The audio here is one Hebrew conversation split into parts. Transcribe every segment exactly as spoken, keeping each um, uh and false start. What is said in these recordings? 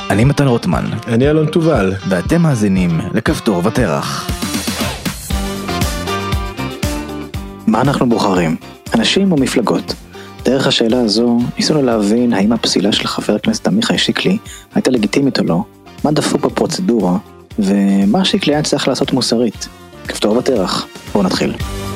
אני מתן רוטמן. אני אלון תובל. ואתם מאזינים לכפתור ותרח. מה אנחנו בוחרים? אנשים או מפלגות? דרך השאלה הזו ניסינו להבין האם הפסילה של חבר הכנסת עמיחי שיקלי הייתה לגיטימית או לא, מה דפוק בפרוצדורה, ומה שיקלי היה צריך לעשות מוסרית. כפתור ותרח. בואו נתחיל.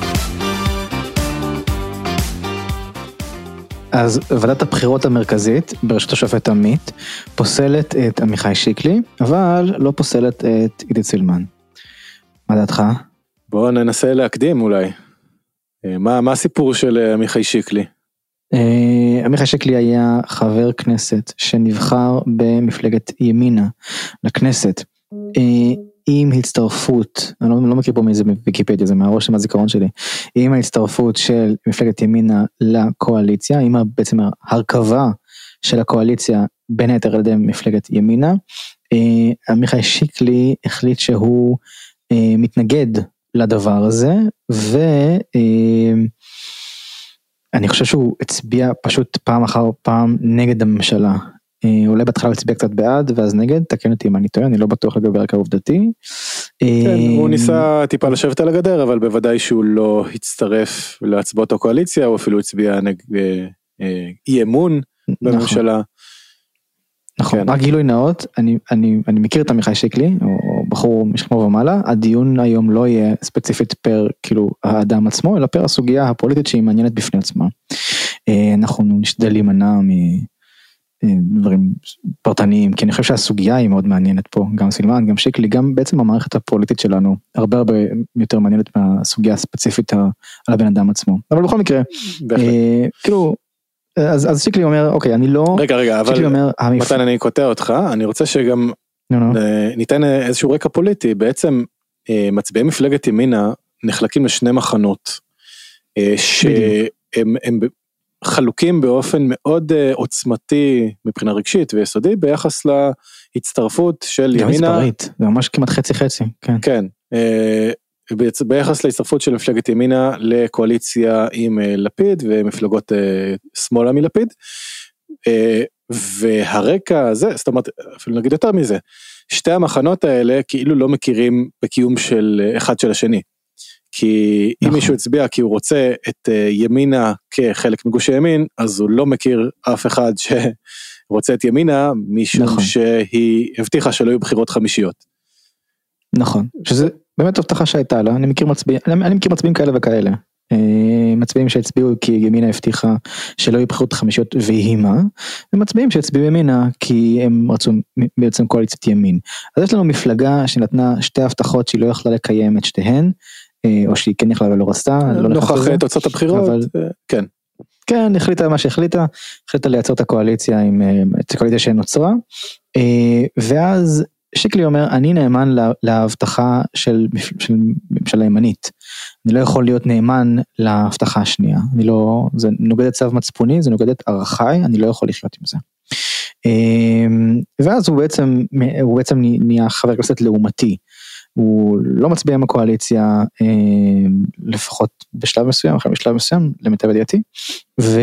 אז ועדת הבחירות המרכזית בראשות השופט עמית פוסלת את עמיחי שיקלי, אבל לא פוסלת את עידית סילמן. מה דעתך? בואו ננסה להקדים אולי. מה, מה הסיפור של עמיחי שיקלי? עמיחי שיקלי היה חבר כנסת שנבחר במפלגת ימינה לכנסת, עם הצטרפות, אני לא, לא מכיר פה מאיזה ויקיפדיה, זה מהראש מהזיכרון שלי, עם ההצטרפות של מפלגת ימינה לקואליציה, עם בעצם ההרכבה של הקואליציה בין היתר על ידי מפלגת ימינה. עמיחי שיקלי החליט שהוא מתנגד לדבר הזה, ואני חושב שהוא הצביע פשוט פעם אחר פעם נגד הממשלה. אולי בהתחלה הוא הצביע קצת בעד, ואז נגד, תקן אותי אם אני טועה, אני לא בטוח לגבי הרקע העובדתי. כן, הוא ניסה טיפה לשבת על הגדר, אבל בוודאי שהוא לא הצטרף להצבעות הקואליציה, הוא אפילו הצביע נגד אי אמון בממשלה. נכון, רק גילוי נאות, אני מכיר את עמיחי שיקלי, או בחור משכמו ומעלה, הדיון היום לא יהיה ספציפית פר, כאילו, האדם עצמו, אלא פר הסוגיה הפוליטית שהיא מעניינת בפני עצמה. אנחנו נשתדל להימנע מ... דברים פרטניים, כי אני חושב שהסוגיה היא מאוד מעניינת פה, גם סילמן, גם שיקלי, גם בעצם המערכת הפוליטית שלנו, הרבה הרבה יותר מעניינת מהסוגיה הספציפית על הבן אדם עצמו. אבל בכל מקרה, כאילו, אז שיקלי אומר, אוקיי, אני לא... רגע, רגע, אבל מתן אני קוטע אותך, אני רוצה שגם ניתן איזשהו רקע פוליטי, בעצם מצביעי מפלגת ימינה נחלקים לשני מחנות, שהם חלוקים באופן מאוד עוצמתי מבחינה רגשית ויסודי ביחס להצטרפות של ימינה. גם מספרית, זה ממש כמעט חצי חצי. כן. כן, ביחס להצטרפות של מפלגת ימינה לקואליציה עם לפיד ומפלגות שמאלה מלפיד, והרקע הזה, זאת אומרת, אפילו נגיד יותר מזה, שתי המחנות האלה כאילו לא מכירים בקיום של אחד של השני. כי אם מישהו הצביע כי הוא רוצה את ימינה כחלק מגוש הימין, אז הוא לא מכיר אף אחד שרוצה את ימינה, משום שהיא הבטיחה שלא יהיו בחירות חמישיות. נכון, שזה באמת הבטחה שהייתה לה, אני מכיר מצביעים, אני מכיר מצביעים כאלה וכאלה, מצביעים שהצביעו כי ימינה הבטיחה שלא יהיו בחירות חמישיות והיא מה, ומצביעים שהצביעו ימינה כי הם רצו בעצם קואליציית ימין. אז יש לנו מפלגה שנתנה שתי הבטחות שהיא לא יכלה לקיים את שתיהן, או שהיא כן יכלה ולא רצתה, נוכח תוצאות הבחירות, כן. כן, החליטה מה שהחליטה, החליטה לייצר את הקואליציה, את הקואליציה שנוצרה, ואז שיקלי אומר, אני נאמן להבטחה של ממשלה ימנית, אני לא יכול להיות נאמן להבטחה השנייה, אני לא, זה נוגד את צו מצפוני, זה נוגד את ערכיי, אני לא יכול לחיות עם זה. ואז הוא בעצם, הוא בעצם נהיה חבר כנסת לעומתי, הוא לא מצביע עם הקואליציה, לפחות בשלב מסוים, אחרי בשלב מסוים, למיטב ידיעתי, ו...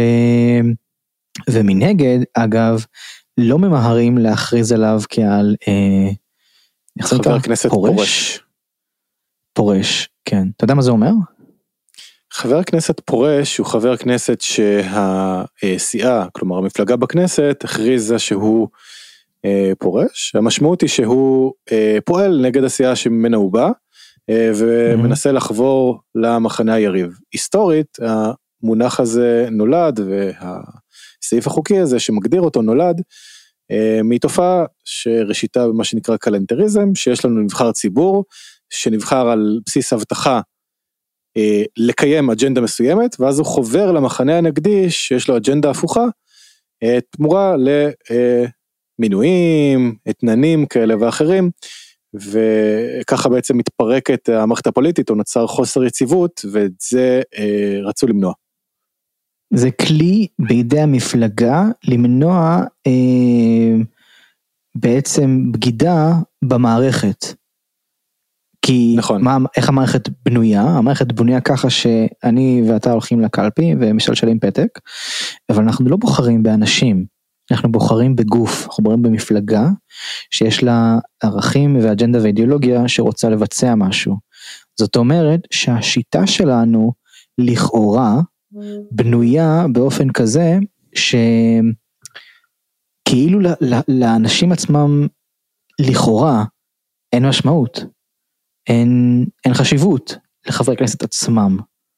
ומנגד, אגב, לא ממהרים להכריז עליו כעל, חבר הכנסת פורש. פורש, כן. אתה יודע מה זה אומר? חבר הכנסת פורש הוא חבר כנסת שהסיעה, כלומר המפלגה בכנסת, הכריזה שהוא פורש. המשמעות היא שהוא פועל נגד הסיעה שממנה הוא בא, ומנסה לחבור למחנה היריב. היסטורית, המונח הזה נולד, והסעיף החוקי הזה שמגדיר אותו נולד, מתופעה שראשיתה במה שנקרא קלנטריזם, שיש לנו נבחר ציבור, שנבחר על בסיס הבטחה, לקיים אג'נדה מסוימת, ואז הוא חובר למחנה הנגדי, שיש לו אג'נדה הפוכה, תמורה ל... מינויים, אתננים כאלה ואחרים, וככה בעצם מתפרקת המערכת הפוליטית, או נוצר חוסר יציבות, ואת זה אה, רצו למנוע. זה כלי בידי המפלגה, למנוע אה, בעצם בגידה במערכת. כי נכון. מה, איך המערכת בנויה? המערכת בנויה ככה שאני ואתה הולכים לקלפי, ומשלשלים פתק, אבל אנחנו לא בוחרים באנשים, אנחנו בוחרים בגוף, אנחנו בוחרים במפלגה, שיש לה ערכים ואג'נדה ואידיאולוגיה שרוצה לבצע משהו. זאת אומרת שהשיטה שלנו לכאורה בנויה באופן כזה שכאילו לאנשים עצמם לכאורה אין משמעות, אין, אין חשיבות לחברי כנסת עצמם.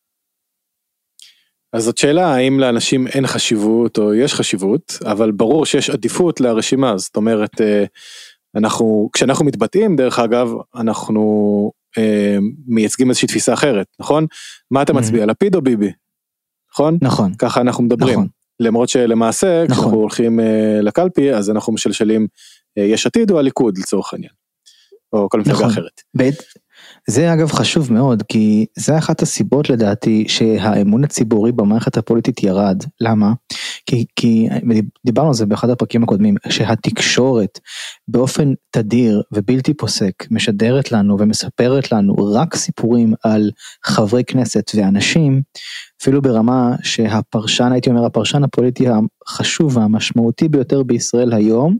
אז זאת שאלה, האם לאנשים אין חשיבות או יש חשיבות, אבל ברור שיש עדיפות לרשימה, זאת אומרת, אנחנו, כשאנחנו מתבטאים, דרך אגב, אנחנו אה, מייצגים איזושהי תפיסה אחרת, נכון? מה אתה מצביע, לפיד או ביבי? נכון? נכון. ככה אנחנו מדברים. נכון. למרות שלמעשה, נכון. כשאנחנו הולכים אה, לקלפי, אז אנחנו משלשלים אה, יש עתיד או הליכוד לצורך העניין, או כל מפלגה נכון. אחרת. בית... זה אגב חשוב מאוד, כי זה אחת הסיבות לדעתי שהאמון הציבורי במערכת הפוליטית ירד. למה? כי, כי דיברנו על זה באחד הפרקים הקודמים, שהתקשורת באופן תדיר ובלתי פוסק משדרת לנו ומספרת לנו רק סיפורים על חברי כנסת ואנשים, אפילו ברמה שהפרשן, הייתי אומר, הפרשן הפוליטי החשוב והמשמעותי ביותר בישראל היום,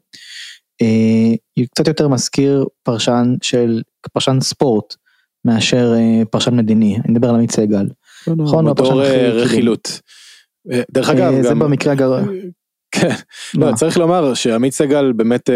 היא קצת יותר מזכיר פרשן של, פרשן ספורט, מאשר פרשן מדיני. אני מדבר על עמית סגל. נכון, מדור רכילות. דרך אגב, זה במקרה הגרוע. כן, לא, צריך לומר שעמית סגל באמת,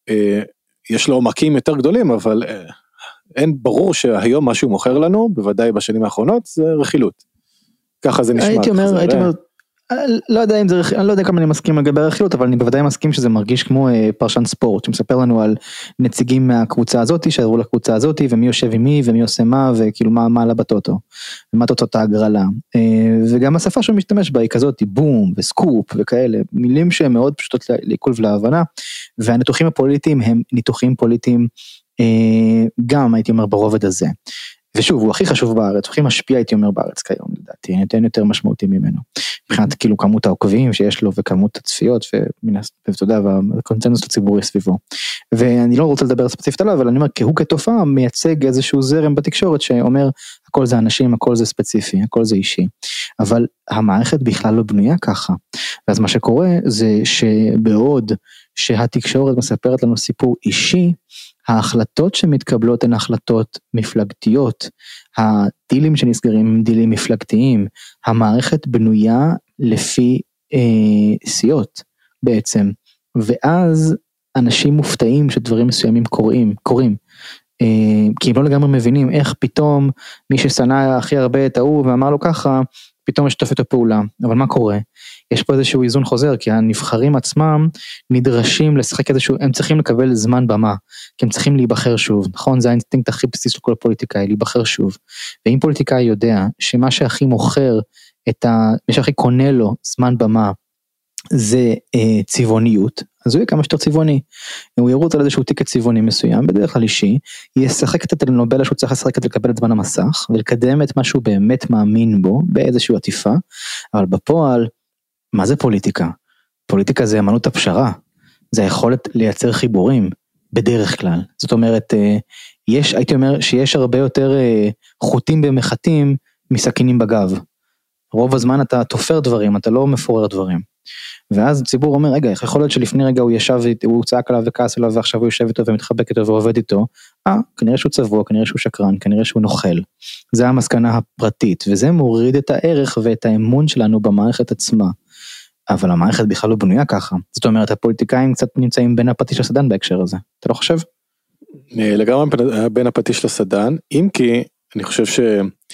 יש לו עומקים יותר גדולים, אבל אין ברור שהיום מה שהוא מוכר לנו, בוודאי בשנים האחרונות, זה רכילות. ככה זה נשמע. הייתי אומר, הייתי אומר, לא יודע אם זה, אני לא יודע כמה אני מסכים לגבי הרכילות, אבל אני בוודאי מסכים שזה מרגיש כמו פרשן ספורט, שמספר לנו על נציגים מהקבוצה הזאת, שעברו לקבוצה הזאת, ומי יושב עם מי, ומי עושה מה, וכאילו מה, מה עלה בטוטו, ומה תוצאות ההגרלה. וגם השפה שהוא משתמש בה היא כזאת, בום, וסקופ, וכאלה, מילים שהן מאוד פשוטות לעיכול ולהבנה, והניתוחים הפוליטיים הם ניתוחים פוליטיים, גם הייתי אומר ברובד הזה. ושוב, הוא הכי חשוב בארץ, הוא הכי משפיע, הייתי אומר, בארץ כיום, לדעתי, אין יותר משמעותי ממנו. מבחינת כאילו כמות העוקבים שיש לו, וכמות הצפיות, ואתה יודע, והקונצנזוס הציבורי סביבו. ואני לא רוצה לדבר ספציפית עליו, אבל אני אומר, כי הוא כתופעה מייצג איזשהו זרם בתקשורת, שאומר, הכל זה אנשים, הכל זה ספציפי, הכל זה אישי. אבל המערכת בכלל לא בנויה ככה. ואז מה שקורה, זה שבעוד שהתקשורת מספרת לנו סיפור אישי, ההחלטות שמתקבלות הן החלטות מפלגתיות, הדילים שנסגרים הם דילים מפלגתיים, המערכת בנויה לפי אה, סיעות בעצם, ואז אנשים מופתעים שדברים מסוימים קורים, קורים, אה, כי הם לא לגמרי מבינים איך פתאום מי ששנא הכי הרבה את ההוא ואמר לו ככה, פתאום משתף את הפעולה, אבל מה קורה? יש פה איזשהו איזון חוזר, כי הנבחרים עצמם נדרשים לשחק איזשהו, הם צריכים לקבל זמן במה, כי הם צריכים להיבחר שוב, נכון? זה האינסטינקט הכי בסיס של כל הפוליטיקאי, להיבחר שוב, ואם פוליטיקאי יודע שמה שהכי מוכר, את ה, מה שהכי קונה לו זמן במה, זה אה, צבעוניות, אז הוא יהיה כמה שיותר צבעוני, הוא ירוץ על איזשהו טיקט צבעוני מסוים, בדרך כלל אישי, ישחק את הטלנובלה שהוא צריך לשחק את לקבל את זמן המסך, ולקדם את מה שהוא באמת מאמין בו, באיזשהו עטיפה, אבל בפועל, מה זה פוליטיקה? פוליטיקה זה אמנות הפשרה, זה היכולת לייצר חיבורים, בדרך כלל, זאת אומרת, אה, יש, הייתי אומר שיש הרבה יותר אה, חוטים במחטים, מסכינים בגב, רוב הזמן אתה תופר דברים, אתה לא מפורר דברים, ואז הציבור אומר, רגע, איך יכול להיות שלפני רגע הוא ישב, הוא צעק עליו וכעס עליו, ועכשיו הוא יושב איתו ומתחבק איתו ועובד איתו, אה, כנראה שהוא צבוע, כנראה שהוא שקרן, כנראה שהוא נוכל, זה המסקנה הפרטית, וזה מוריד את הערך ואת האמון שלנו במערכת עצמה, אבל המערכת בכלל לא בנויה ככה, זאת אומרת, הפוליטיקאים קצת נמצאים בין הפטיש לסדן בהקשר הזה, אתה לא חושב? לגמרי בין הפטיש לסדן, אם כי אני חושב ש...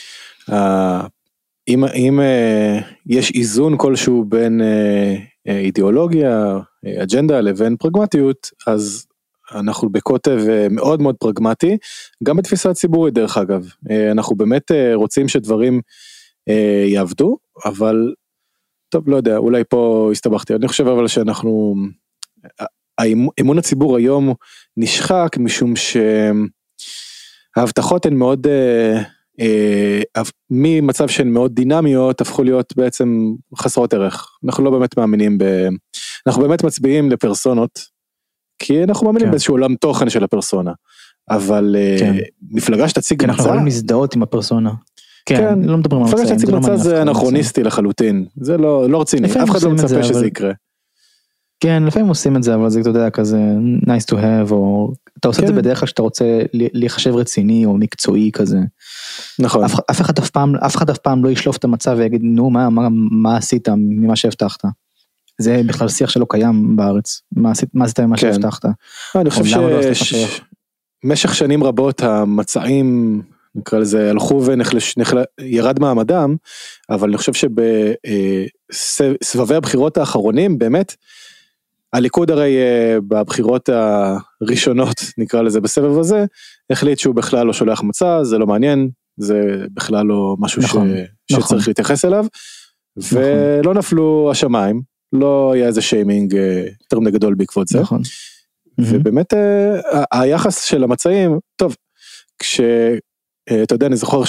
אם, אם יש איזון כלשהו בין אידיאולוגיה, אג'נדה לבין פרגמטיות, אז אנחנו בקוטב מאוד מאוד פרגמטי, גם בתפיסה הציבורית דרך אגב, אנחנו באמת רוצים שדברים יעבדו, אבל טוב לא יודע, אולי פה הסתבכתי, אני חושב אבל שאנחנו, אמון הציבור היום נשחק, משום שההבטחות הן מאוד... ממצב שהן מאוד דינמיות הפכו להיות בעצם חסרות ערך, אנחנו לא באמת מאמינים ב... אנחנו באמת מצביעים לפרסונות, כי אנחנו מאמינים כן. באיזשהו עולם תוכן של הפרסונה, אבל כן. מפלגה שתציג כן, מצע... אנחנו יכולים להזדהות עם הפרסונה, כן, כן. לא מדברים על מצע, מפלגה שתציג מצע זה אנכרוניסטי לחלוטין, זה לא, לא רציני, אף אחד לא מצפה שזה יקרה. כן, לפעמים עושים את זה, אבל זה, אתה יודע, כזה nice to have, או אתה עושה את זה בדרך כלל שאתה רוצה להיחשב רציני או מקצועי כזה. נכון. אף אחד אף פעם, אף אחד אף פעם לא ישלוף את המצב ויגיד, נו, מה, מה, מה עשית ממה שהבטחת? זה בכלל שיח שלא קיים בארץ. מה עשית, מה עשית ממה שהבטחת? אני חושב שמשך שנים רבות המצעים, נקרא לזה, הלכו ונחלש, ירד מעמדם, אבל אני חושב שבסבבי הבחירות האחרונים, באמת, הליכוד הרי בבחירות הראשונות, נקרא לזה בסבב הזה, החליט שהוא בכלל לא שולח מצע, זה לא מעניין, זה בכלל לא משהו נכון, ש... נכון. שצריך להתייחס אליו, נכון. ולא נפלו השמיים, לא היה איזה שיימינג יותר מדי גדול בעקבות זה, נכון. ובאמת היחס של המצעים, טוב, כשאתה יודע, אני זוכר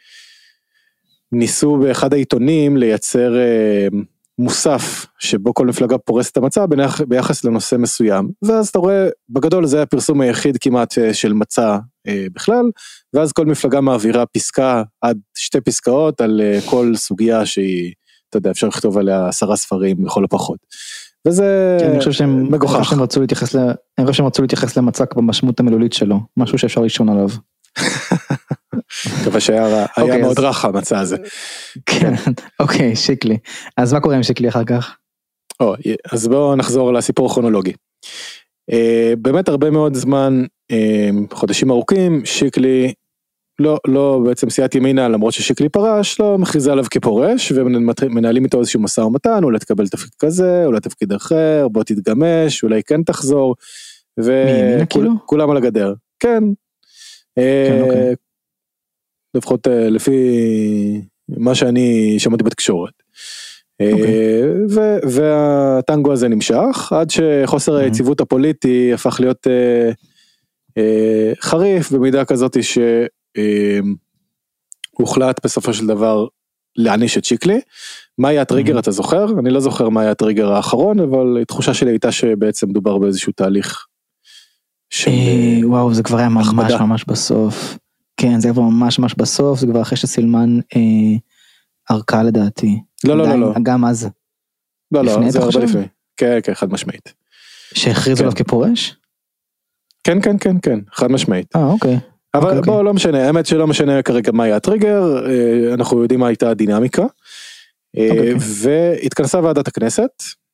שניסו באחד העיתונים לייצר מוסף, שבו כל מפלגה פורסת את המצע ביחס לנושא מסוים, ואז אתה רואה, בגדול זה הפרסום היחיד כמעט של מצע בכלל, ואז כל מפלגה מעבירה פסקה עד שתי פסקאות על כל סוגיה שהיא, אתה יודע, אפשר לכתוב עליה עשרה ספרים לכל הפחות. וזה אני חושב שהם, מגוחך. אני חושב שהם רצו להתייחס, אני חושב שהם רצו להתייחס למצע במשמעות המילולית שלו, משהו שאפשר לישון עליו. מקווה שהיה מאוד רך המצע הזה. כן, אוקיי, שיקלי. אז מה קורה עם שיקלי אחר כך? אז בואו נחזור לסיפור הכרונולוגי. באמת הרבה מאוד זמן, חודשים ארוכים, שיקלי, לא, לא בעצם סיעת ימינה, למרות ששיקלי פרש, לא מכריזה עליו כפורש, ומנהלים איתו איזשהו משא ומתן, אולי תקבל תפקיד כזה, אולי תפקיד אחר, בוא תתגמש, אולי כן תחזור, וכולם על הגדר. כן, לפחות לפי מה שאני שמעתי בתקשורת. והטנגו הזה נמשך, עד שחוסר היציבות הפוליטי הפך להיות חריף, במידה כזאת שהוחלט בסופו של דבר להעניש את שיקלי. מה היה הטריגר, אתה זוכר? אני לא זוכר מה היה הטריגר האחרון, אבל התחושה שלי הייתה שבעצם דובר באיזשהו תהליך של... וואו, זה כבר היה ממש ממש בסוף. כן, זה כבר ממש ממש בסוף, זה כבר אחרי שסילמן ערכה לדעתי. לא, לא, לא, לא. גם אז. לא, לא, זה הרבה לפני. כן, כן, חד משמעית. שהכריזו עליו כפורש? כן, כן, כן, כן, חד משמעית. אה, אוקיי. אבל בואו, לא משנה, האמת שלא משנה כרגע מה היה הטריגר, אנחנו יודעים מה הייתה הדינמיקה, והתכנסה ועדת הכנסת,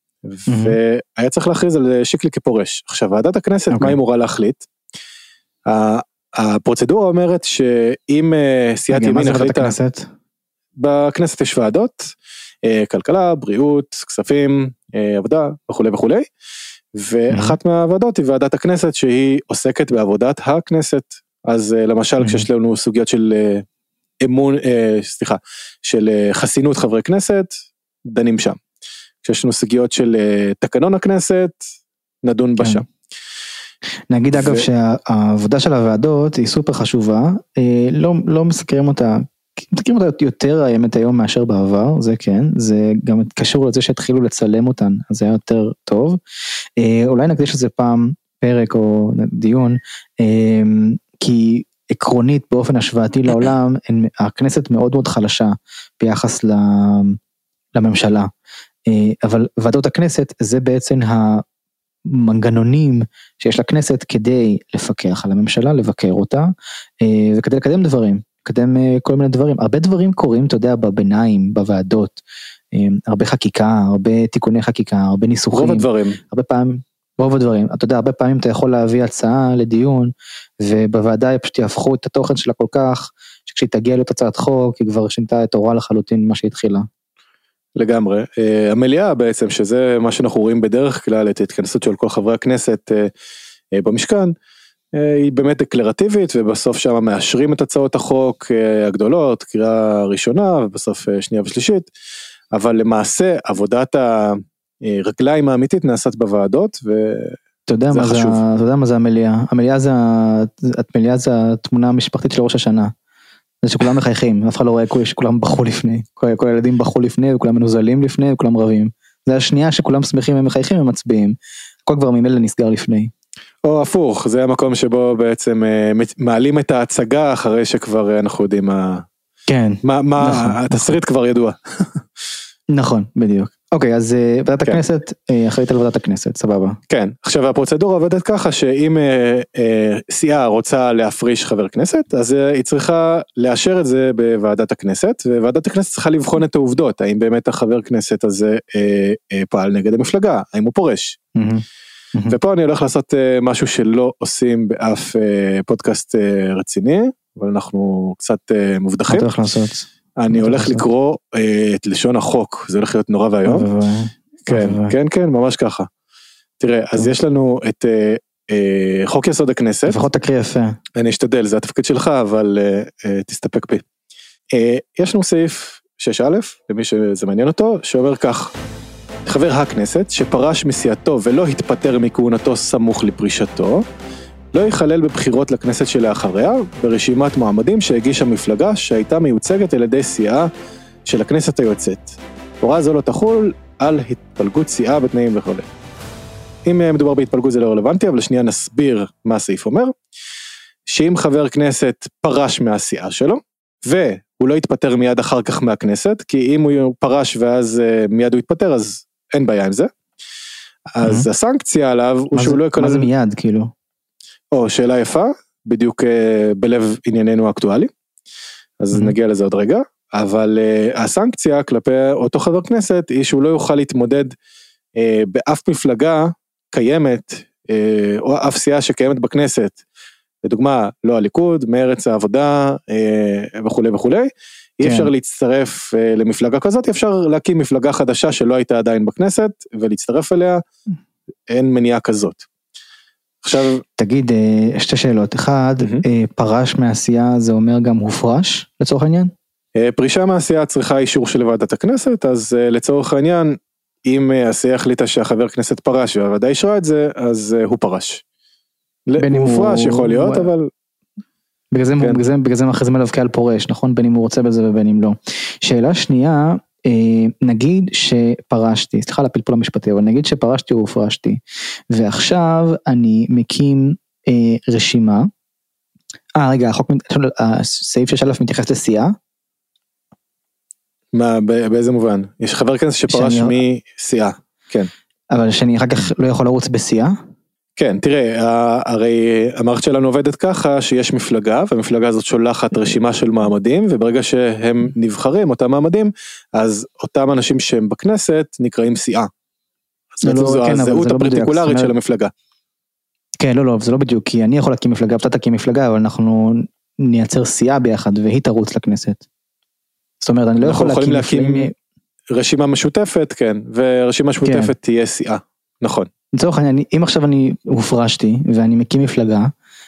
והיה צריך להכריז על שיקלי כפורש. עכשיו, ועדת הכנסת, מה היא אמורה להחליט? הפרוצדורה אומרת שאם סיעת ימין החליטה, בכנסת יש ועדות, כלכלה, בריאות, כספים, עבודה וכו' וכו', ואחת מהוועדות היא ועדת הכנסת שהיא עוסקת בעבודת הכנסת. אז למשל כשיש לנו סוגיות של אמון, סליחה, של חסינות חברי כנסת, דנים שם. כשיש לנו סוגיות של תקנון הכנסת, נדון בה שם. נגיד אגב שהעבודה של הוועדות היא סופר חשובה, לא, לא מסקרים אותה, מסקרים אותה יותר האמת היום מאשר בעבר, זה כן, זה גם קשור לזה שהתחילו לצלם אותן, אז זה היה יותר טוב, אולי נקדיש לזה פעם פרק או דיון, כי עקרונית באופן השוואתי לעולם, הכנסת מאוד מאוד חלשה ביחס לממשלה, אבל ועדות הכנסת זה בעצם המנגנונים שיש לכנסת כדי לפקח על הממשלה, לבקר אותה, וכדי לקדם דברים, לקדם כל מיני דברים, הרבה דברים קורים, אתה יודע, בביניים, בוועדות, הרבה חקיקה, הרבה תיקוני חקיקה, הרבה ניסוחים, רוב הדברים, הרבה פעמים, רוב הדברים, אתה יודע, הרבה פעמים אתה יכול להביא הצעה לדיון, ובוועדה פשוט יהפכו את התוכן שלה כל כך, שכשהיא תגיע להיות הצעת חוק, היא כבר שינתה את אורה לחלוטין מה שהתחילה. לגמרי, המליאה בעצם, שזה מה שאנחנו רואים בדרך כלל, את ההתכנסות של כל חברי הכנסת במשכן, היא באמת דקלרטיבית, ובסוף שם מאשרים את הצעות החוק הגדולות, קריאה ראשונה, ובסוף שנייה ושלישית, אבל למעשה עבודת הרגליים האמיתית נעשית בוועדות, וזה חשוב. אתה יודע מה זה המליאה? המליאה זה, המליאה זה התמונה המשפחתית של ראש השנה. זה שכולם מחייכים, אף אחד לא רואה שכולם בחו לפני, כל, כל הילדים בחו לפני, וכולם מנוזלים לפני, וכולם רבים. זה השנייה שכולם שמחים ומחייכים וממצביעים. הכל כבר ממילא נסגר לפני. או הפוך, זה המקום שבו בעצם מעלים את ההצגה, אחרי שכבר אנחנו יודעים מה... כן. מה, מה, התסריט כבר ידוע. נכון, בדיוק. אוקיי, אז ועדת הכנסת אחראית על ועדת הכנסת, סבבה. כן, עכשיו הפרוצדורה עובדת ככה שאם סיעה רוצה להפריש חבר כנסת, אז היא צריכה לאשר את זה בוועדת הכנסת, וועדת הכנסת צריכה לבחון את העובדות, האם באמת החבר כנסת הזה פעל נגד המפלגה, האם הוא פורש. ופה אני הולך לעשות משהו שלא עושים באף פודקאסט רציני, אבל אנחנו קצת מובדחים. אתה הולך לעשות? אני הולך לקרוא את לשון החוק, זה הולך להיות נורא והיום. כן, כן, כן, ממש ככה. תראה, אז יש לנו את חוק יסוד הכנסת. לפחות תקריא יפה. אני אשתדל, זה התפקיד שלך, אבל תסתפק בי. יש לנו סעיף שש א', למי שזה מעניין אותו, שאומר כך, חבר הכנסת שפרש מסיעתו ולא התפטר מכהונתו סמוך לפרישתו, לא ייכלל בבחירות לכנסת שלאחריה, ברשימת מועמדים שהגישה מפלגה שהייתה מיוצגת על ידי סיעה של הכנסת היוצאת. הוראה זו לא תחול על התפלגות סיעה בתנאים וכו'. אם מדובר בהתפלגות זה לא רלוונטי, אבל שנייה נסביר מה הסעיף אומר, שאם חבר כנסת פרש מהסיעה שלו, והוא לא יתפטר מיד אחר כך מהכנסת, כי אם הוא פרש ואז מיד הוא יתפטר, אז אין בעיה עם זה. אז הסנקציה עליו הוא שהוא לא יקבל... מה זה מיד, כאילו? או, שאלה יפה, בדיוק בלב ענייננו האקטואלי, אז נגיע לזה עוד רגע, אבל הסנקציה כלפי אותו חבר כנסת, היא שהוא לא יוכל להתמודד באף מפלגה קיימת, או אף סיעה שקיימת בכנסת, לדוגמה, לא הליכוד, מארץ העבודה, וכו' וכו', אי אפשר להצטרף למפלגה כזאת, אי אפשר להקים מפלגה חדשה שלא הייתה עדיין בכנסת, ולהצטרף אליה, אין מניעה כזאת. עכשיו... תגיד, שתי שאלות, אחד, פרש מהסיעה זה אומר גם הופרש, לצורך העניין? פרישה מהסיעה צריכה אישור של ועדת הכנסת, אז לצורך העניין, אם הסיעה החליטה שהחבר כנסת פרש, והוועדה אישרה את זה, אז הוא פרש. הופרש יכול להיות, אבל... בגלל זה מכריזים עליו כעל פורש, נכון? בין אם הוא רוצה בזה ובין אם לא. שאלה שנייה, נגיד שפרשתי, סליחה לפלפול המשפטי, אבל נגיד שפרשתי או הופרשתי, ועכשיו אני מקים רשימה, אה רגע, הסעיף שש א' מתייחס לסיעה? מה, באיזה מובן? יש חבר כנסת שפרש מסיעה, כן. אבל שאני אחר כך לא יכול לרוץ בסיעה? כן, תראה, הרי המערכת שלנו עובדת ככה שיש מפלגה, והמפלגה הזאת שולחת רשימה של מעמדים, וברגע שהם נבחרים, אותם מעמדים, אז אותם אנשים שהם בכנסת נקראים סיעה. אז בעצם זו הזהות הפרטיקולרית של המפלגה. כן, לא, לא, זה לא בדיוק, כי אני יכול להקים מפלגה, ואתה תקים מפלגה, אבל אנחנו נייצר סיעה ביחד, והיא תרוץ לכנסת. זאת אומרת, אני לא יכול להקים... אנחנו יכולים להקים רשימה משותפת, כן, ורשימה משותפת תהיה סיעה, נכון. לצורך העניין, אם עכשיו אני הופרשתי, ואני מקים מפלגה,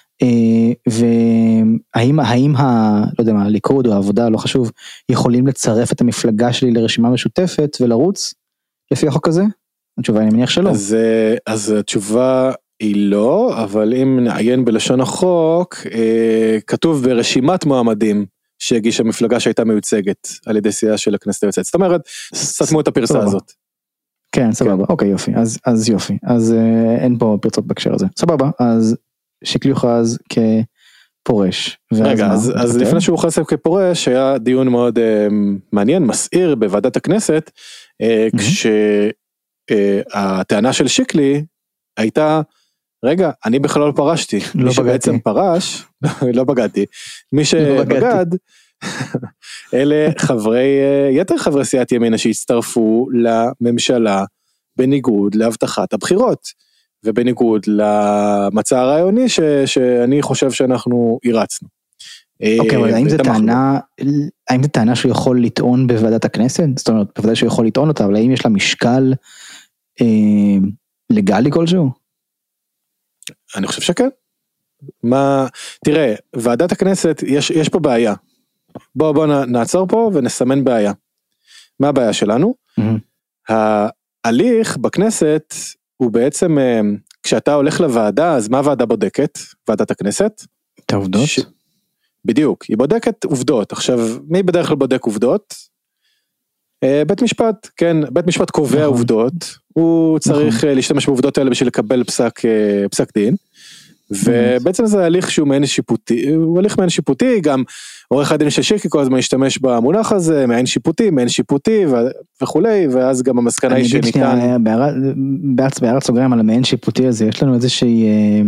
והאם, האם ה, לא יודע מה, הליכוד או העבודה, לא חשוב, יכולים לצרף את המפלגה שלי לרשימה משותפת, ולרוץ לפי החוק הזה? התשובה, אני מניח שלא. אז, אז התשובה היא לא, אבל אם נעיין בלשון החוק, כתוב ברשימת מועמדים, שהגיש המפלגה שהייתה מיוצגת, על ידי סיעה של הכנסת היוצאת. זאת אומרת, סתמו את הפרסה הזאת. כן, סבבה, אוקיי, יופי, אז, אז יופי, אז אה, אין פה פרצות בהקשר הזה, סבבה, אז שיקלי הוכרז כפורש. רגע, מה, אז, אז לפני שהוא הוכרז כפורש, היה דיון מאוד אה, מעניין, מסעיר בוועדת הכנסת, אה, mm-hmm. כשהטענה אה, של שיקלי הייתה, רגע, אני בכלל לא פרשתי, לא מי שבעצם פרש, לא בגדתי, מי שבגד, אלה חברי, יתר חברי סיעת ימינה שהצטרפו לממשלה בניגוד להבטחת הבחירות, ובניגוד למצע הרעיוני ש, שאני חושב שאנחנו הרצנו. אוקיי, אבל האם זה טענה, האם זה טענה שהוא יכול לטעון בוועדת הכנסת? זאת אומרת, בוודאי שהוא יכול לטעון אותה, אבל האם יש לה משקל אה, לגלי כלשהו? אני חושב שכן. מה, תראה, ועדת הכנסת, יש, יש פה בעיה. בוא, בוא נעצור פה ונסמן בעיה. מה הבעיה שלנו? Mm-hmm. ההליך בכנסת הוא בעצם, כשאתה הולך לוועדה, אז מה הוועדה בודקת? ועדת הכנסת? את העובדות? ש... בדיוק, היא בודקת עובדות. עכשיו, מי בדרך כלל בודק עובדות? בית משפט, כן, בית משפט קובע נכון. עובדות, הוא צריך נכון. להשתמש בעובדות האלה בשביל לקבל פסק, פסק דין, ובעצם זה הליך שהוא מעין שיפוטי, הוא הליך מעין שיפוטי, גם עורך הדין של שיקלי כל הזמן השתמש במונח הזה, מעין שיפוטי, מעין שיפוטי וכולי, ואז גם המסקנה היא שניתן. בהערת סוגריים על המעין שיפוטי הזה, יש לנו איזושהי,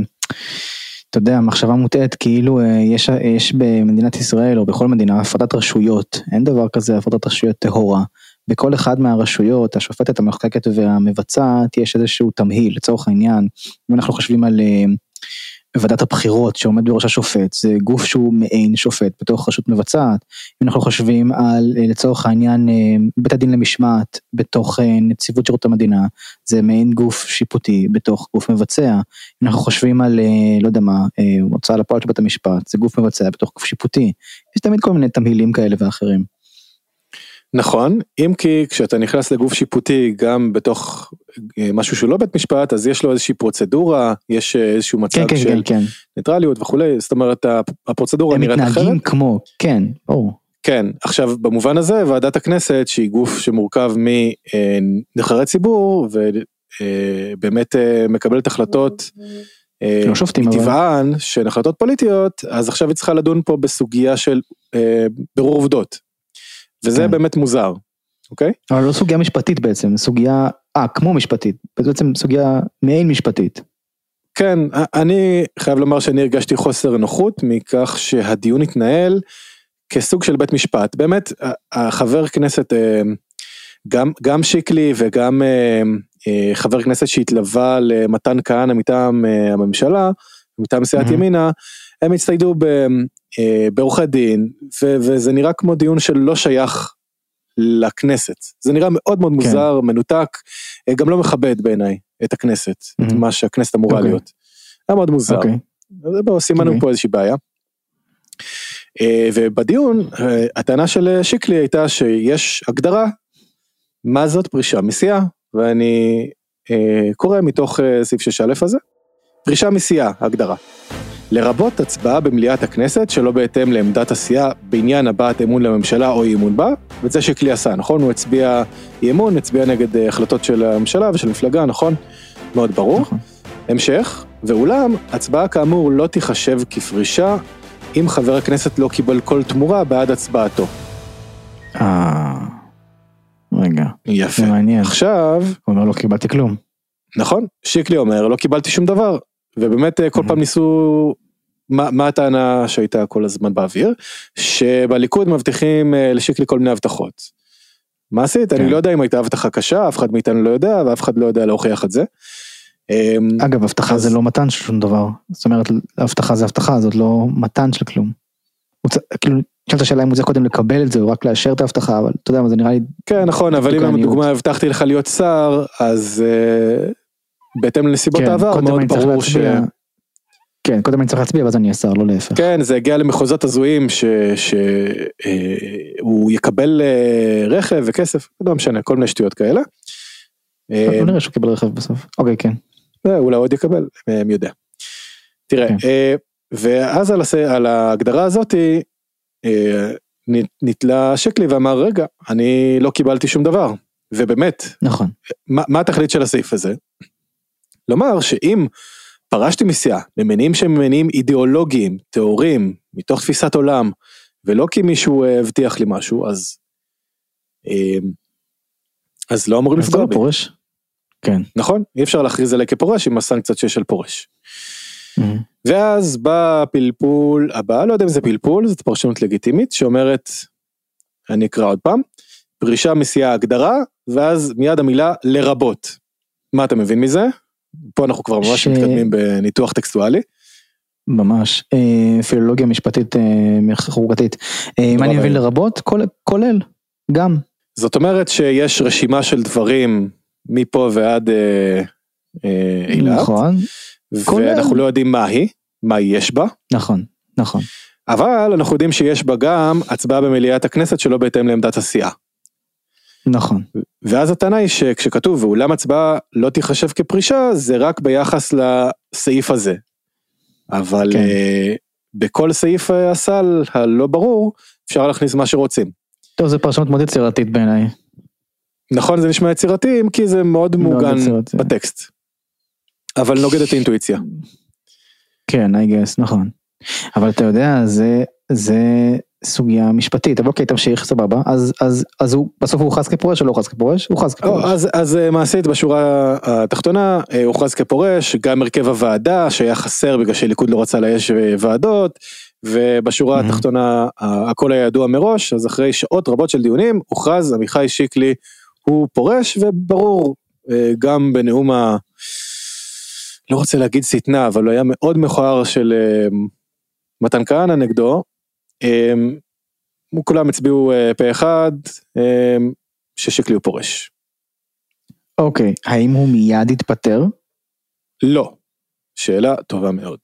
אתה יודע, מחשבה מוטעת, כאילו יש, יש במדינת ישראל, או בכל מדינה, הפרדת רשויות, אין דבר כזה הפרדת רשויות טהורה, בכל אחד מהרשויות, השופטת, המחוקקת והמבצעת, יש איזשהו תמהיל, לצורך העניין, אם אנחנו חושבים על ועדת הבחירות שעומד בראש השופט, זה גוף שהוא מעין שופט בתוך רשות מבצעת, אם אנחנו חושבים על, לצורך העניין, בית הדין למשמעת, בתוך נציבות שירות המדינה, זה מעין גוף שיפוטי בתוך גוף מבצע, אם אנחנו חושבים על, לא יודע מה, הוצאה לפועל של בית המשפט, זה גוף מבצע בתוך גוף שיפוטי, יש תמיד כל מיני תמהילים כאלה ואחרים. נכון, אם כי כשאתה נכנס לגוף שיפוטי גם בתוך משהו שהוא לא בית משפט, אז יש לו איזושהי פרוצדורה, יש איזשהו מצג כן, של כן, כן. ניטרליות וכולי, זאת אומרת הפרוצדורה נראית אחרת. הם מתנהגים כמו, כן, או. כן, עכשיו במובן הזה ועדת הכנסת שהיא גוף שמורכב מנבחרי ציבור ובאמת מקבלת החלטות לא שופטים, מטבען שהן החלטות פוליטיות, אז עכשיו היא צריכה לדון פה בסוגיה של ברור עובדות. וזה באמת מוזר, אוקיי? אבל לא סוגיה משפטית בעצם, סוגיה, אה, כמו משפטית, בעצם סוגיה מעין משפטית. כן, אני חייב לומר שאני הרגשתי חוסר נוחות, מכך שהדיון התנהל כסוג של בית משפט, באמת, החבר כנסת, גם, גם שיקלי וגם חבר כנסת שהתלווה למתן כהנא מטעם הממשלה, מטעם סיעת ימינה, הם הצטיידו בעורכי דין, וזה נראה כמו דיון שלא שייך לכנסת. זה נראה מאוד מאוד מוזר, מנותק, גם לא מכבד בעיניי את הכנסת, את מה שהכנסת אמורה להיות. היה מאוד מוזר. בואו, סימנו פה איזושהי בעיה. ובדיון, הטענה של שיקלי הייתה שיש הגדרה, מה זאת פרישה מסיעה, ואני קורא מתוך סעיף שש א' הזה, פרישה מסיעה, הגדרה. לרבות הצבעה במליאת הכנסת שלא בהתאם לעמדת הסיעה בעניין הבעת אמון לממשלה או אי אמון בה, וזה שיקלי עשה, נכון? הוא הצביע אי אמון, הצביע נגד החלטות של הממשלה ושל המפלגה, נכון? מאוד ברור. נכון. המשך, ואולם, הצבעה כאמור לא תיחשב כפרישה, אם חבר הכנסת לא קיבל כל תמורה בעד הצבעתו. אה, רגע. יפה. זה מעניין. עכשיו... הוא אומר לא קיבלתי כלום. נכון, שיקלי אומר לא קיבלתי שום דבר, ובאמת כל פעם ניסו... מה, מה הטענה שהייתה כל הזמן באוויר? שבליכוד מבטיחים לשיקלי כל מיני הבטחות. מה עשית? אני לא יודע אם הייתה הבטחה קשה, אף אחד מאיתנו לא יודע, ואף אחד לא יודע להוכיח את זה. אגב, הבטחה זה לא מתן של שום דבר. זאת אומרת, הבטחה זה הבטחה, זאת לא מתן של כלום. כאילו, נשאלת השאלה אם הוא צריך קודם לקבל את זה, או רק לאשר את ההבטחה, אבל אתה יודע, זה נראה לי... כן, נכון, אבל אם לדוגמה הבטחתי לך להיות שר, אז בהתאם לנסיבות העבר, מאוד ברור ש... כן, קודם אני צריך להצביע, ואז אני אהיה שר, לא להפך. כן, זה הגיע למחוזות הזויים, שהוא יקבל רכב וכסף, לא משנה, כל מיני שטויות כאלה. לא נראה שהוא קיבל רכב בסוף. אוקיי, כן. אולי עוד יקבל, מי יודע. תראה, ואז על ההגדרה הזאת, נתלה שיקלי ואמר, רגע, אני לא קיבלתי שום דבר. ובאמת, נכון. מה התכלית של הסעיף הזה? לומר שאם פרשתי מסיעה, ממניעים שהם ממניעים אידיאולוגיים, תיאוריים, מתוך תפיסת עולם, ולא כי מישהו הבטיח לי משהו, אז, אז לא אמורים לפגוע בי. פורש? כן. נכון? אי אפשר להכריז עליה כפורש, עם הסנקציות שיש על פורש. ואז בא פלפול הבא, לא יודע אם זה פלפול, זאת פרשנות לגיטימית, שאומרת, אני אקרא עוד פעם, פרישה מסיעה הגדרה, ואז מיד המילה לרבות. מה אתה מבין מזה? פה אנחנו כבר ממש מתקדמים בניתוח טקסטואלי. ממש, פילולוגיה משפטית חוקתית. מה אני מבין לרבות? כולל, גם. זאת אומרת שיש רשימה של דברים מפה ועד אילת. נכון. ואנחנו לא יודעים מה היא, מה יש בה. נכון, נכון. אבל אנחנו יודעים שיש בה גם הצבעה במליאת הכנסת שלא בהתאם לעמדת הסיעה. נכון. ואז הטענה היא שכשכתוב ואולם הצבעה לא תיחשב כפרישה, זה רק ביחס לסעיף הזה. אבל כן. uh, בכל סעיף הסל הלא ברור, אפשר להכניס מה שרוצים. טוב, זה פרשנות מאוד יצירתית בעיניי. נכון, זה נשמע יצירתי, כי זה מאוד, מאוד מוגן יצירתי. בטקסט. אבל נוגד את האינטואיציה. כן, I guess, נכון. אבל אתה יודע, זה, זה סוגיה משפטית, אבל אוקיי, תמשיך, סבבה, אז, אז, אז הוא, בסוף הוא הוכרז כפורש או לא הוכרז כפורש? הוא הוכרז כפורש. אז, אז מעשית בשורה התחתונה, הוא הוכרז כפורש, גם הרכב הוועדה, שהיה חסר בגלל שליכוד לא רצה לאייש ועדות, ובשורה mm-hmm. התחתונה, הכל היה ידוע מראש, אז אחרי שעות רבות של דיונים, הוכרז עמיחי שיקלי, הוא פורש, וברור, גם בנאום ה... לא רוצה להגיד סתנה, אבל הוא היה מאוד מכוער של מתן כהנא נגדו, כולם הצביעו פה אחד, ששיקלי הוא פורש. אוקיי, האם הוא מיד התפטר? לא, שאלה טובה מאוד.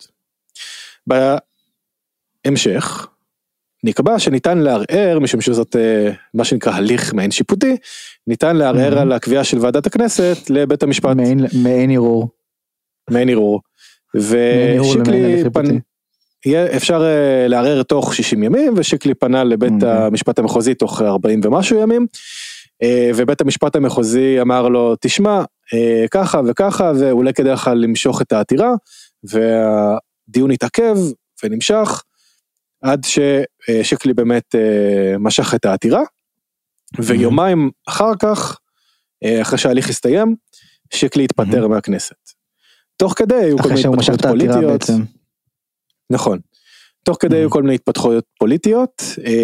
בהמשך, נקבע שניתן לערער, משום שזאת מה שנקרא הליך מעין שיפוטי, ניתן לערער על הקביעה של ועדת הכנסת לבית המשפט. מעין ערעור. מעין ערעור. ושיקלי פן... אפשר לערער תוך שישים ימים, ושיקלי פנה לבית המשפט המחוזי תוך ארבעים ומשהו ימים, ובית המשפט המחוזי אמר לו, תשמע, ככה וככה, ואולי כדאי לך למשוך את העתירה, והדיון התעכב ונמשך, עד ששיקלי באמת משך את העתירה, ויומיים אחר כך, אחרי שההליך הסתיים, שיקלי התפטר מהכנסת. תוך כדי היו כל מיני התפתחויות פוליטיות. נכון. תוך כדי היו כל מיני התפתחויות פוליטיות,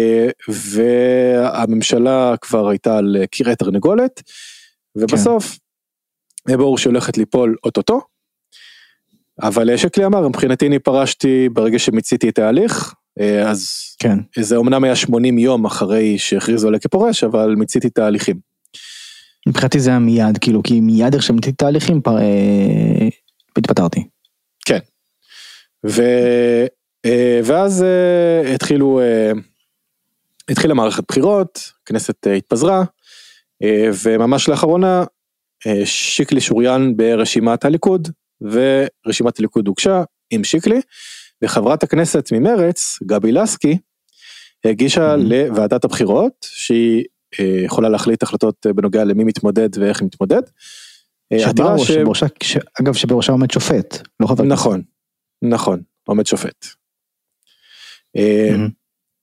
והממשלה כבר הייתה על קירי תרנגולת, ובסוף, ברור שהולכת ליפול אוטוטו, אבל שיקלי אמר, מבחינתי אני פרשתי ברגע שמיציתי את ההליך, אז זה אומנם היה שמונים יום אחרי שהכריזו עליה כפורש, אבל מיציתי את ההליכים. מבחינתי זה היה מיד, כאילו, כי מיד איך שמיציתי את ההליכים, התפטרתי. כן. ו... ואז התחילו, התחילה מערכת בחירות, כנסת התפזרה, וממש לאחרונה, שיקלי שוריין ברשימת הליכוד, ורשימת הליכוד הוגשה עם שיקלי, וחברת הכנסת ממרץ, גבי לסקי, הגישה mm-hmm. לוועדת הבחירות, שהיא יכולה להחליט החלטות בנוגע למי מתמודד ואיך מתמודד. שבראש, ש... שבראשה, ש... אגב שבראשה עומד שופט, לא חבר נכון, כנסת. נכון, עומד שופט. Mm-hmm.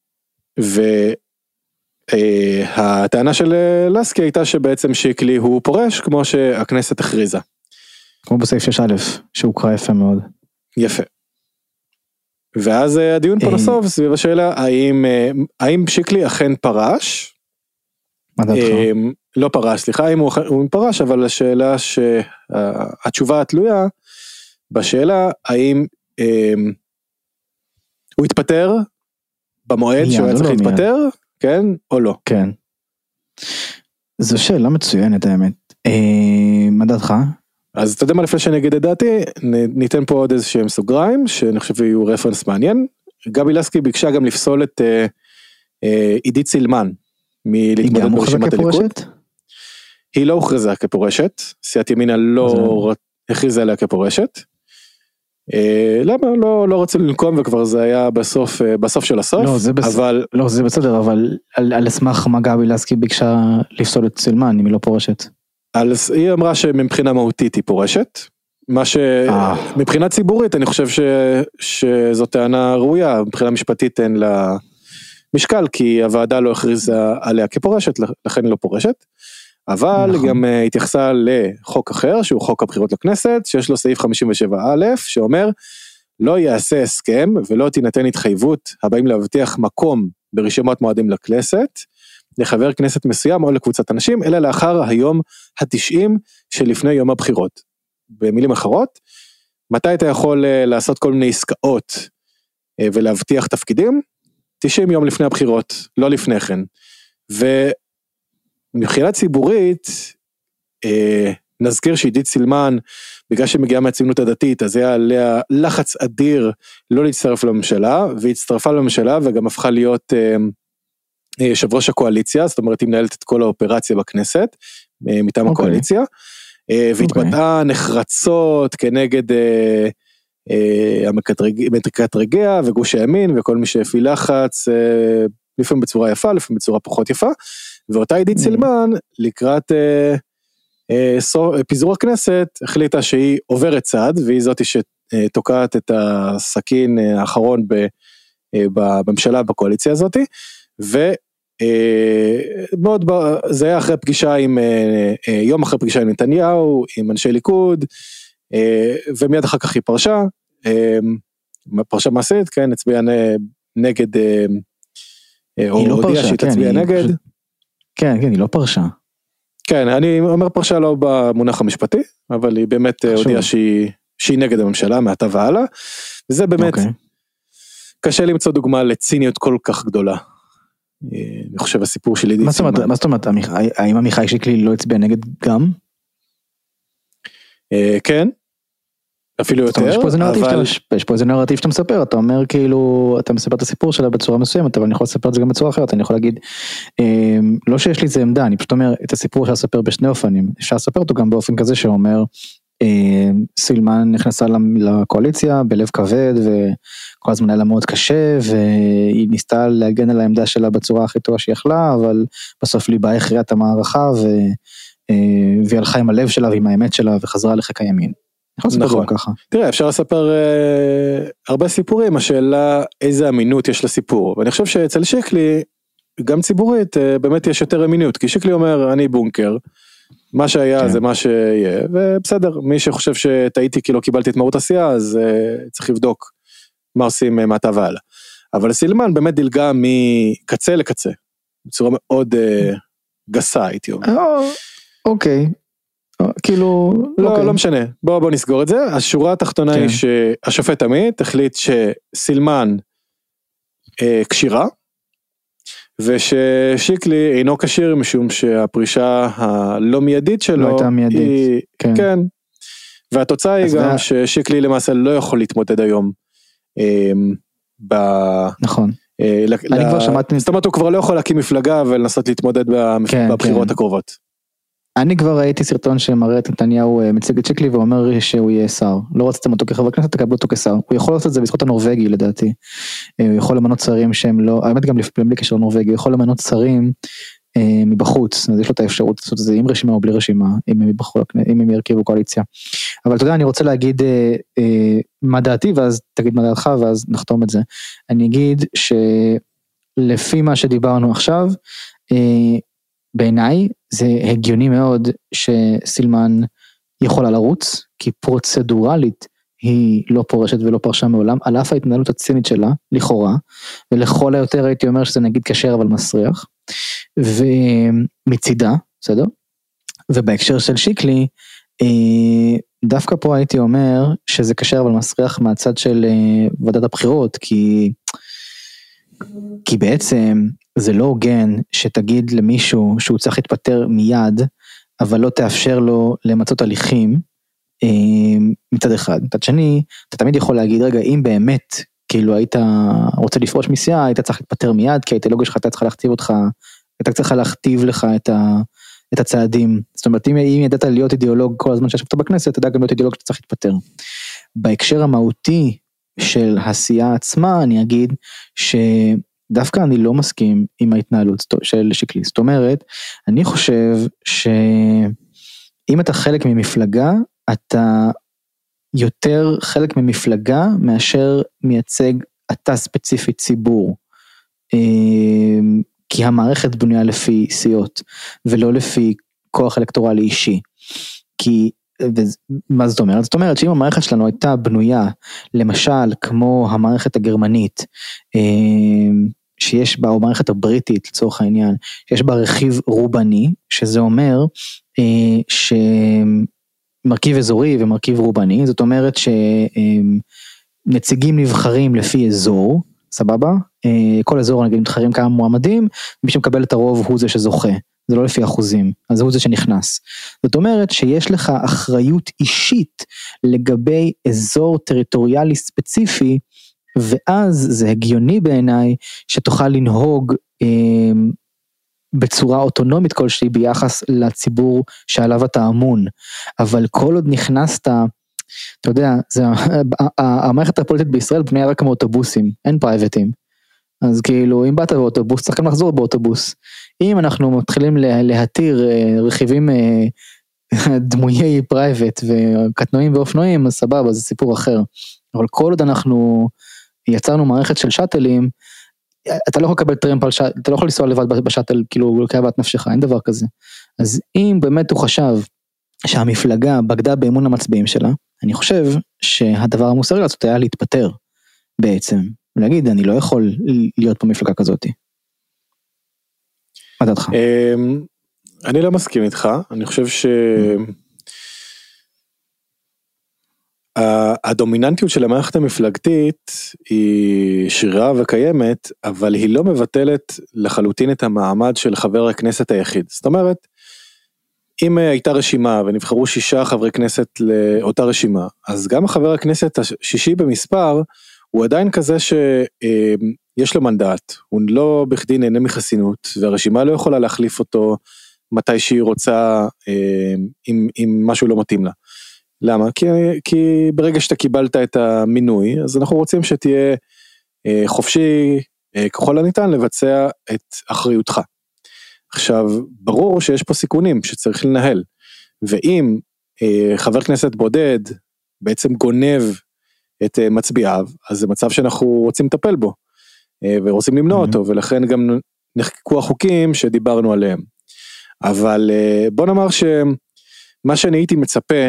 והטענה של לסקי הייתה שבעצם שיקלי הוא פורש, כמו שהכנסת הכריזה. כמו בסעיף שש א', שהוא קרא יפה מאוד. יפה. ואז הדיון פה נסוב סביב השאלה, האם, האם שיקלי אכן פרש? מה דעתך? לא פרש, סליחה, האם הוא, הוא פרש, אבל השאלה שהתשובה התלויה, בשאלה, האם הוא התפטר במועד שהוא היה צריך להתפטר, כן או לא? כן. זו שאלה מצוינת האמת. מה דעתך? אז אתה יודע מה, לפני שאני אגיד את דעתי, ניתן פה עוד איזה שהם סוגריים, שאני חושב יהיו רפרנס מעניין. גבי לסקי ביקשה גם לפסול את אה, אה, עידית סילמן, מלהתמודד ברשימת הליכוד. היא לא הוכרזה כפורשת, סיעת ימינה לא הכריזה עליה כפורשת. אה, למה? לא, לא רוצה לנקום, וכבר זה היה בסוף, אה, בסוף של הסוף. לא, זה, בס... אבל... לא, זה בסדר, אבל על, על אסמך מה גבי לסקי ביקשה לפסול את סילמן, אם היא לא פורשת. אז היא אמרה שמבחינה מהותית היא פורשת, מה שמבחינה ציבורית אני חושב ש, שזו טענה ראויה, מבחינה משפטית אין לה משקל, כי הוועדה לא הכריזה עליה כפורשת, לכן היא לא פורשת, אבל נכון. גם התייחסה לחוק אחר, שהוא חוק הבחירות לכנסת, שיש לו סעיף חמישים ושבע א', שאומר, לא יעשה הסכם ולא תינתן התחייבות, הבאים להבטיח מקום ברשימת מועדים לכנסת, לחבר כנסת מסוים או לקבוצת אנשים, אלא לאחר היום התשעים שלפני יום הבחירות. במילים אחרות, מתי אתה יכול לעשות כל מיני עסקאות ולהבטיח תפקידים? תשעים יום לפני הבחירות, לא לפני כן. ומבחינה ציבורית, נזכיר שעידית סילמן, בגלל שמגיעה מהציונות הדתית, אז היה עליה לחץ אדיר לא להצטרף לממשלה, והצטרפה לממשלה וגם הפכה להיות... יושב ראש הקואליציה, זאת אומרת היא מנהלת את כל האופרציה בכנסת, מטעם okay. הקואליציה, והתבטאה okay. נחרצות כנגד המקטרת רגע וגוש הימין, וכל מי שהפעיל לחץ, לפעמים בצורה יפה, לפעמים בצורה פחות יפה, ואותה עידית mm-hmm. סילמן, לקראת פיזור הכנסת, החליטה שהיא עוברת צד, והיא זאת תוקעת את הסכין האחרון בממשלה, בקואליציה הזאת, ומאוד, זה היה אחרי פגישה עם, יום אחרי פגישה עם נתניהו, עם אנשי ליכוד, ומיד אחר כך היא פרשה, פרשה מעשית, כן, הצביעה נגד, או הודיעה שהיא תצביע נגד. כן, כן, היא לא פרשה. כן, אני אומר פרשה לא במונח המשפטי, אבל היא באמת הודיעה שהיא, שהיא נגד הממשלה, מעתה והלאה, וזה באמת, okay. קשה למצוא דוגמה לציניות כל כך גדולה. אני חושב הסיפור שלי... מה זאת אומרת, מה זאת אומרת, האם עמיחי שיקלי לא הצביע נגד גם? כן, אפילו יותר, יש פה איזה נרטיב שאתה מספר, אתה אומר כאילו, אתה מספר את הסיפור שלה בצורה מסוימת, אבל אני יכול לספר את זה גם בצורה אחרת, אני יכול להגיד, לא שיש לי זה עמדה, אני פשוט אומר את הסיפור אפשר לספר בשני אופנים, אפשר לספר אותו גם באופן כזה שאומר, סילמן נכנסה לקואליציה בלב כבד, וכל הזמן היה לה מאוד קשה, והיא ניסתה להגן על העמדה שלה בצורה הכי טובה שהיא יכלה, אבל בסוף ליבה הכריעה את המערכה, והיא הלכה עם הלב שלה ועם האמת שלה, וחזרה לחיק הימין. נכון. תראה, אפשר לספר אה, הרבה סיפורים, השאלה איזה אמינות יש לסיפור, ואני חושב שאצל שיקלי, גם ציבורית, אה, באמת יש יותר אמינות, כי שיקלי אומר, אני בונקר, מה שהיה כן. זה מה שיהיה, ובסדר, מי שחושב שטעיתי כי לא קיבלתי את מהות עשייה, אז אה, צריך לבדוק מה עושים אה, מעתה והלאה. אבל סילמן באמת דילגה מקצה לקצה, בצורה מאוד אה, גסה, הייתי אומר. אוקיי. כאילו, לא, לא משנה, בוא בוא נסגור את זה, השורה התחתונה היא שהשופט עמית החליט שסילמן קשירה, וששיקלי אינו קשיר משום שהפרישה הלא מיידית שלו, לא הייתה מיידית, כן, והתוצאה היא גם ששיקלי למעשה לא יכול להתמודד היום, נכון, אני כבר שמעתי, זאת אומרת הוא כבר לא יכול להקים מפלגה ולנסות להתמודד בבחירות הקרובות. אני כבר ראיתי סרטון שמראה את נתניהו מציג את שיקלי ואומר שהוא יהיה שר. לא רציתם אותו כחבר כנסת, תקבלו אותו כשר. הוא יכול לעשות את זה בזכות הנורווגי לדעתי. הוא יכול למנות שרים שהם לא, האמת גם לפעמים בלי קשר נורווגי, הוא יכול למנות שרים אה, מבחוץ. אז יש לו את האפשרות לעשות את זה עם רשימה או בלי רשימה, אם הם, יבחרו, אם הם ירכיבו קואליציה. אבל אתה יודע, אני רוצה להגיד אה, אה, מה דעתי, ואז תגיד מה דעתך, ואז נחתום את זה. אני אגיד שלפי מה שדיברנו עכשיו, אה, בעיניי זה הגיוני מאוד שסילמן יכולה לרוץ, כי פרוצדורלית היא לא פורשת ולא פרשה מעולם, על אף ההתנהלות הצינית שלה, לכאורה, ולכל היותר הייתי אומר שזה נגיד קשר אבל מסריח, ומצידה, בסדר? ובהקשר של שיקלי, דווקא פה הייתי אומר שזה קשר אבל מסריח מהצד של ועדת הבחירות, כי... כי בעצם זה לא הוגן שתגיד למישהו שהוא צריך להתפטר מיד, אבל לא תאפשר לו למצות הליכים מצד אחד. מצד שני, אתה תמיד יכול להגיד, רגע, אם באמת, כאילו היית רוצה לפרוש מסיעה, היית צריך להתפטר מיד, כי האידיאולוגיה שלך הייתה צריכה להכתיב אותך, הייתה צריכה להכתיב לך את, ה, את הצעדים. זאת אומרת, אם, אם ידעת להיות אידיאולוג כל הזמן שישבת בכנסת, אתה יודע גם להיות אידיאולוג שצריך להתפטר. בהקשר המהותי של הסיעה עצמה, אני אגיד שדווקא אני לא מסכים עם ההתנהלות של שיקלי. זאת אומרת, אני חושב שאם אתה חלק ממפלגה, אתה יותר חלק ממפלגה מאשר מייצג אתה ספציפית ציבור. כי המערכת בנויה לפי סיעות, ולא לפי כוח אלקטורלי אישי. כי ומה זאת אומרת? זאת אומרת שאם המערכת שלנו הייתה בנויה, למשל כמו המערכת הגרמנית, שיש בה, או המערכת הבריטית לצורך העניין, שיש בה רכיב רובני, שזה אומר שמרכיב אזורי ומרכיב רובני, זאת אומרת שנציגים נבחרים לפי אזור, סבבה? כל אזור נגיד מתחרים כמה מועמדים, מי שמקבל את הרוב הוא זה שזוכה. זה לא לפי אחוזים, אז הוא זה שנכנס. זאת אומרת שיש לך אחריות אישית לגבי אזור טריטוריאלי ספציפי, ואז זה הגיוני בעיניי שתוכל לנהוג אה, בצורה אוטונומית כלשהי ביחס לציבור שעליו אתה אמון. אבל כל עוד נכנסת, אתה יודע, זה, המערכת הפוליטית בישראל בנויה רק כמו אוטובוסים, אין פרייבטים. אז כאילו, אם באת באוטובוס, צריך גם לחזור באוטובוס. אם אנחנו מתחילים להתיר רכיבים דמויי פרייבט וקטנועים ואופנועים, אז סבבה, זה סיפור אחר. אבל כל עוד אנחנו יצרנו מערכת של שאטלים, אתה לא יכול לקבל טרמפ על שאטל, אתה לא יכול לנסוע לבד בשאטל, כאילו כאוות נפשך, אין דבר כזה. אז אם באמת הוא חשב שהמפלגה בגדה באמון המצביעים שלה, אני חושב שהדבר המוסרי לעשות היה להתפטר בעצם, ולהגיד, אני לא יכול להיות במפלגה כזאת. מה דעתך? אני לא מסכים איתך, אני חושב ש... הדומיננטיות של המערכת המפלגתית היא שרירה וקיימת, אבל היא לא מבטלת לחלוטין את המעמד של חבר הכנסת היחיד. זאת אומרת, אם הייתה רשימה ונבחרו שישה חברי כנסת לאותה רשימה, אז גם החבר הכנסת השישי במספר, הוא עדיין כזה שיש לו מנדט, הוא לא בכדי נהנה מחסינות, והרשימה לא יכולה להחליף אותו מתי שהיא רוצה, אם, אם משהו לא מתאים לה. למה? כי, כי ברגע שאתה קיבלת את המינוי, אז אנחנו רוצים שתהיה חופשי ככל הניתן לבצע את אחריותך. עכשיו, ברור שיש פה סיכונים שצריך לנהל, ואם חבר כנסת בודד בעצם גונב את מצביעיו, אז זה מצב שאנחנו רוצים לטפל בו, ורוצים למנוע אותו, ולכן גם נחקקו החוקים שדיברנו עליהם. אבל בוא נאמר שמה שאני הייתי מצפה,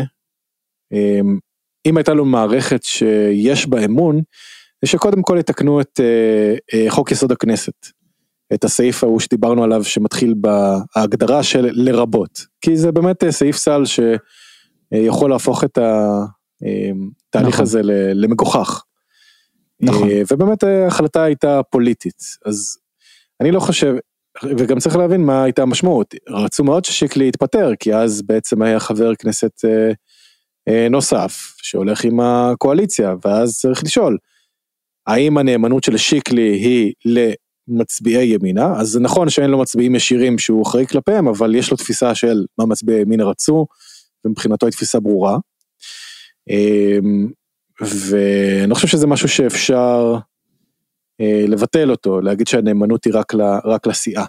אם הייתה לו מערכת שיש בה אמון, זה שקודם כל יתקנו את חוק יסוד הכנסת, את הסעיף ההוא שדיברנו עליו שמתחיל בהגדרה של לרבות, כי זה באמת סעיף סל שיכול להפוך את התהליך הזה למגוחך, ובאמת ההחלטה הייתה פוליטית, אז אני לא חושב, וגם צריך להבין מה הייתה המשמעות, רצו מאוד ששיקלי יתפטר, כי אז בעצם היה חבר כנסת נוסף, שהולך עם הקואליציה, ואז צריך לשאול, האם הנאמנות של שיקלי היא למצביעי ימינה, אז זה נכון שאין לו מצביעים ישירים שהוא אחראי כלפיהם, אבל יש לו תפיסה של מה מצביעי ימינה רצו, ומבחינתו היא תפיסה ברורה, ואני חושב שזה משהו שאפשר לבטל אותו, להגיד שהנאמנות היא רק, רק לסיעה.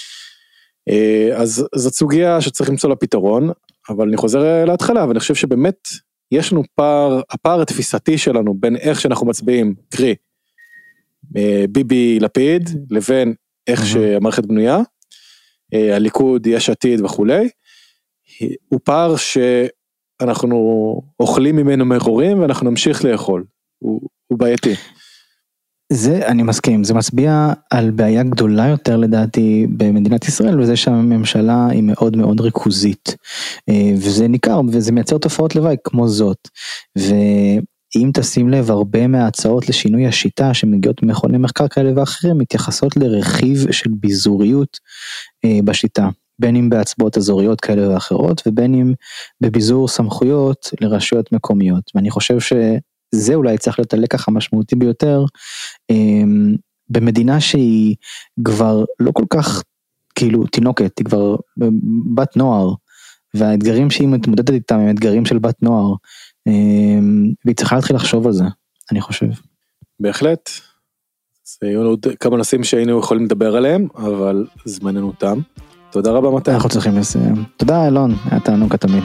אז זאת סוגיה שצריך למצוא לה פתרון, אבל אני חוזר להתחלה, ואני חושב שבאמת יש לנו פער, הפער התפיסתי שלנו, בין איך שאנחנו מצביעים, קרי, ביבי לפיד, לבין איך שהמערכת בנויה, הליכוד, יש עתיד וכולי, הוא פער שאנחנו אוכלים ממנו מרורים, ואנחנו נמשיך לאכול, הוא, הוא בעייתי. זה, אני מסכים, זה מצביע על בעיה גדולה יותר לדעתי במדינת ישראל, וזה שהממשלה היא מאוד מאוד ריכוזית, וזה ניכר, וזה מייצר תופעות לוואי כמו זאת, ואם תשים לב, הרבה מההצעות לשינוי השיטה, שמגיעות ממכוני מחקר כאלה ואחרים, מתייחסות לרכיב של ביזוריות בשיטה, בין אם בהצבעות אזוריות כאלה ואחרות, ובין אם בביזור סמכויות לרשויות מקומיות, ואני חושב ש... זה אולי צריך להיות הלקח המשמעותי ביותר, במדינה שהיא כבר לא כל כך, כאילו, תינוקת, היא כבר בת נוער, והאתגרים שהיא מתמודדת איתם הם אתגרים של בת נוער, והיא צריכה להתחיל לחשוב על זה, אני חושב. בהחלט, זה היו עוד כמה נושאים שהיינו יכולים לדבר עליהם, אבל זמננו תם. תודה רבה מתי. אנחנו צריכים לסיים. תודה אלון, היה תענוג כתמיד.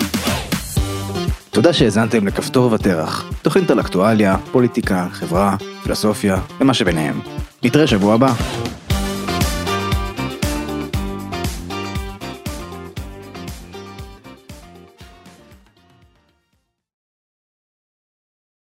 תודה שהזנתם לכפתור ותרח, תוכנית על אקטואליה, פוליטיקה, חברה, פילוסופיה ומה שביניהם. נתראה שבוע הבא.